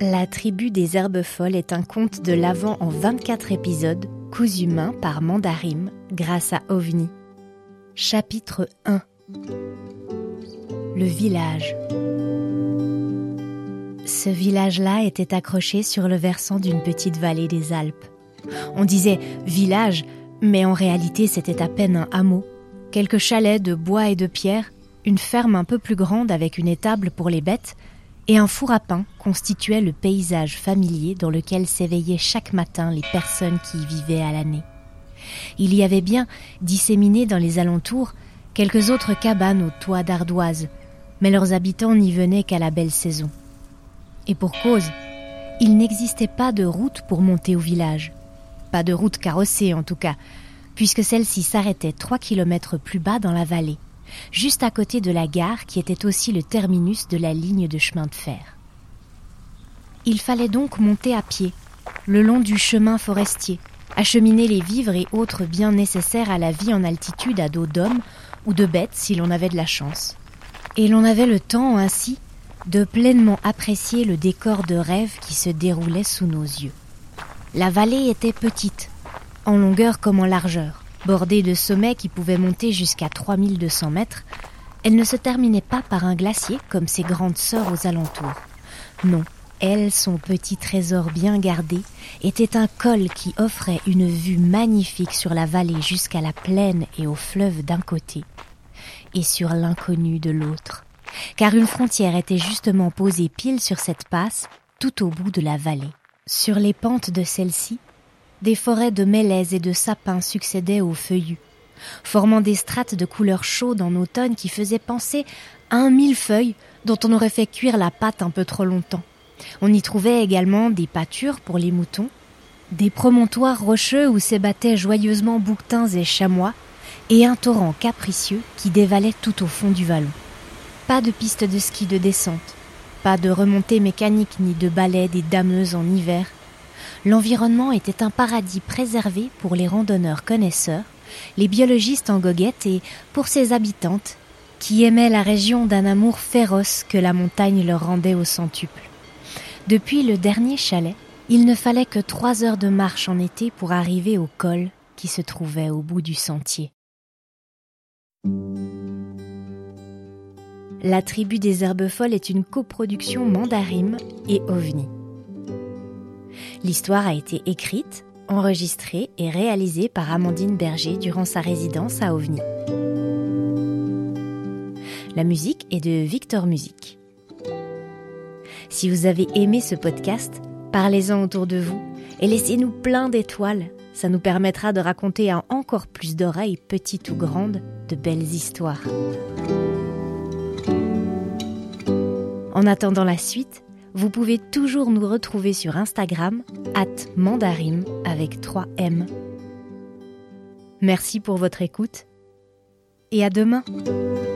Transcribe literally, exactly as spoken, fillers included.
La tribu des herbes folles est un conte de l'Avent en vingt-quatre épisodes, cousu main par Mandarim grâce à OVNI. Chapitre un. Le village. Ce village-là était accroché sur le versant d'une petite vallée des Alpes. On disait « village », mais en réalité c'était à peine un hameau. Quelques chalets de bois et de pierre, une ferme un peu plus grande avec une étable pour les bêtes, et un four à pain constituaient le paysage familier dans lequel s'éveillaient chaque matin les personnes qui y vivaient à l'année. Il y avait bien, disséminées dans les alentours, quelques autres cabanes aux toits d'ardoise, mais leurs habitants n'y venaient qu'à la belle saison. Et pour cause, il n'existait pas de route pour monter au village. Pas de route carrossée en tout cas, puisque celle-ci s'arrêtait trois kilomètres plus bas dans la vallée, juste à côté de la gare qui était aussi le terminus de la ligne de chemin de fer. Il fallait donc monter à pied, le long du chemin forestier, acheminer les vivres et autres biens nécessaires à la vie en altitude à dos d'hommes ou de bêtes si l'on avait de la chance. Et l'on avait le temps ainsi de pleinement apprécier le décor de rêve qui se déroulait sous nos yeux. La vallée était petite, en longueur comme en largeur. Bordée de sommets qui pouvaient monter jusqu'à trois mille deux cents mètres, elle ne se terminait pas par un glacier comme ses grandes sœurs aux alentours. Non, elle, son petit trésor bien gardé, était un col qui offrait une vue magnifique sur la vallée jusqu'à la plaine et au fleuve d'un côté, et sur l'inconnu de l'autre, car une frontière était justement posée pile sur cette passe, tout au bout de la vallée. Sur les pentes de celle-ci, des forêts de mélèzes et de sapins succédaient aux feuillus, formant des strates de couleur chaude en automne qui faisaient penser à un millefeuille dont on aurait fait cuire la pâte un peu trop longtemps. On y trouvait également des pâtures pour les moutons, des promontoires rocheux où s'ébattaient joyeusement bouquetins et chamois, et un torrent capricieux qui dévalait tout au fond du vallon. Pas de piste de ski de descente, pas de remontée mécanique ni de balai des dameuses en hiver. L'environnement était un paradis préservé pour les randonneurs connaisseurs, les biologistes en goguette et pour ses habitantes, qui aimaient la région d'un amour féroce que la montagne leur rendait au centuple. Depuis le dernier chalet, il ne fallait que trois heures de marche en été pour arriver au col qui se trouvait au bout du sentier. La tribu des herbes folles est une coproduction Mandarim et OVNI. L'histoire a été écrite, enregistrée et réalisée par Amandine Berger durant sa résidence à OVNI. La musique est de Victor Music. Si vous avez aimé ce podcast, parlez-en autour de vous et laissez-nous plein d'étoiles. Ça nous permettra de raconter à encore plus d'oreilles, petites ou grandes, de belles histoires. En attendant la suite, vous pouvez toujours nous retrouver sur Instagram, arobase mandarim avec trois M. Merci pour votre écoute et à demain.